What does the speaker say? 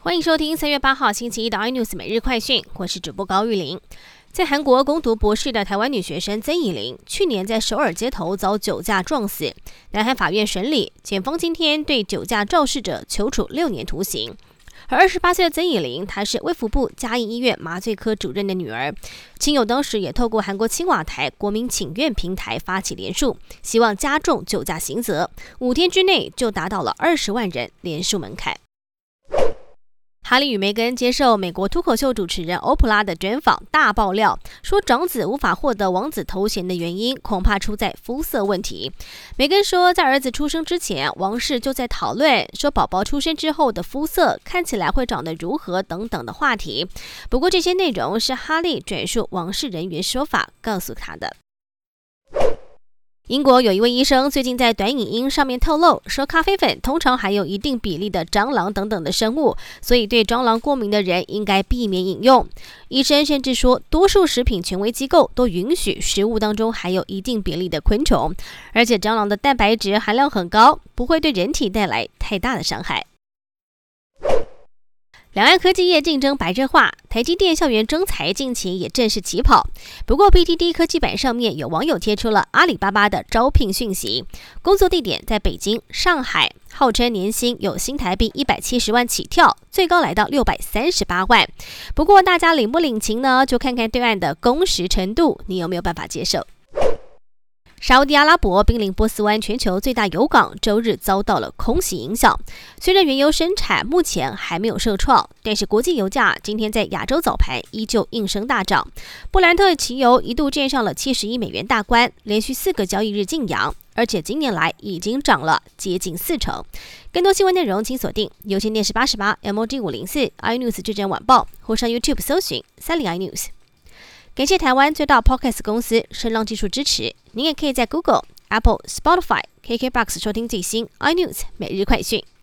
欢迎收听3月8号星期一的 iNews 每日快讯，我是主播高玉玲。在韩国攻读博士的台湾女学生曾以玲，去年在首尔街头遭酒驾撞死，南韩法院审理，检方今天对酒驾肇事者求处6年徒刑。而28岁的曾以玲，她是卫福部嘉义医院麻醉科主任的女儿，亲友当时也透过韩国青瓦台国民请愿平台发起联署，希望加重酒驾刑责，5天之内就达到了20万人联署门槛。哈利与梅根接受美国脱口秀主持人欧普拉的专访，大爆料说长子无法获得王子头衔的原因恐怕出在肤色问题。梅根说，在儿子出生之前，王室就在讨论说宝宝出生之后的肤色看起来会长得如何等等的话题。不过这些内容是哈利转述王室人员说法告诉他的。英国有一位医生最近在短影音上面透露说，咖啡粉通常含有一定比例的蟑螂等等的生物，所以对蟑螂过敏的人应该避免饮用。医生甚至说，多数食品权威机构都允许食物当中含有一定比例的昆虫，而且蟑螂的蛋白质含量很高，不会对人体带来太大的伤害。两岸科技业竞争白热化，台积电校园征才近期也正式起跑。不过 PTT 科技版上面有网友贴出了阿里巴巴的招聘讯息，工作地点在北京、上海，号称年薪有新台币170万起跳，最高来到638万。不过大家领不领情呢？就看看对岸的工时程度，你有没有办法接受？沙烏地阿拉伯濒临波斯湾全球最大油港周日遭到了空袭影响，虽然原油生产目前还没有受创，但是国际油价今天在亚洲早盘依旧应声大涨，布兰特期油一度站上了70亿美元大关，连续4个交易日晋阳，而且今年来已经涨了接近40%。更多新闻内容请锁定有线电视88 MOD 504 iNews 智证晚报，或上 YouTube 搜寻30 iNews。感谢台湾最大 Podcast 公司声浪技术支持。您也可以在 Google、Apple、Spotify、KKBOX 收听最新 iNews 每日快讯。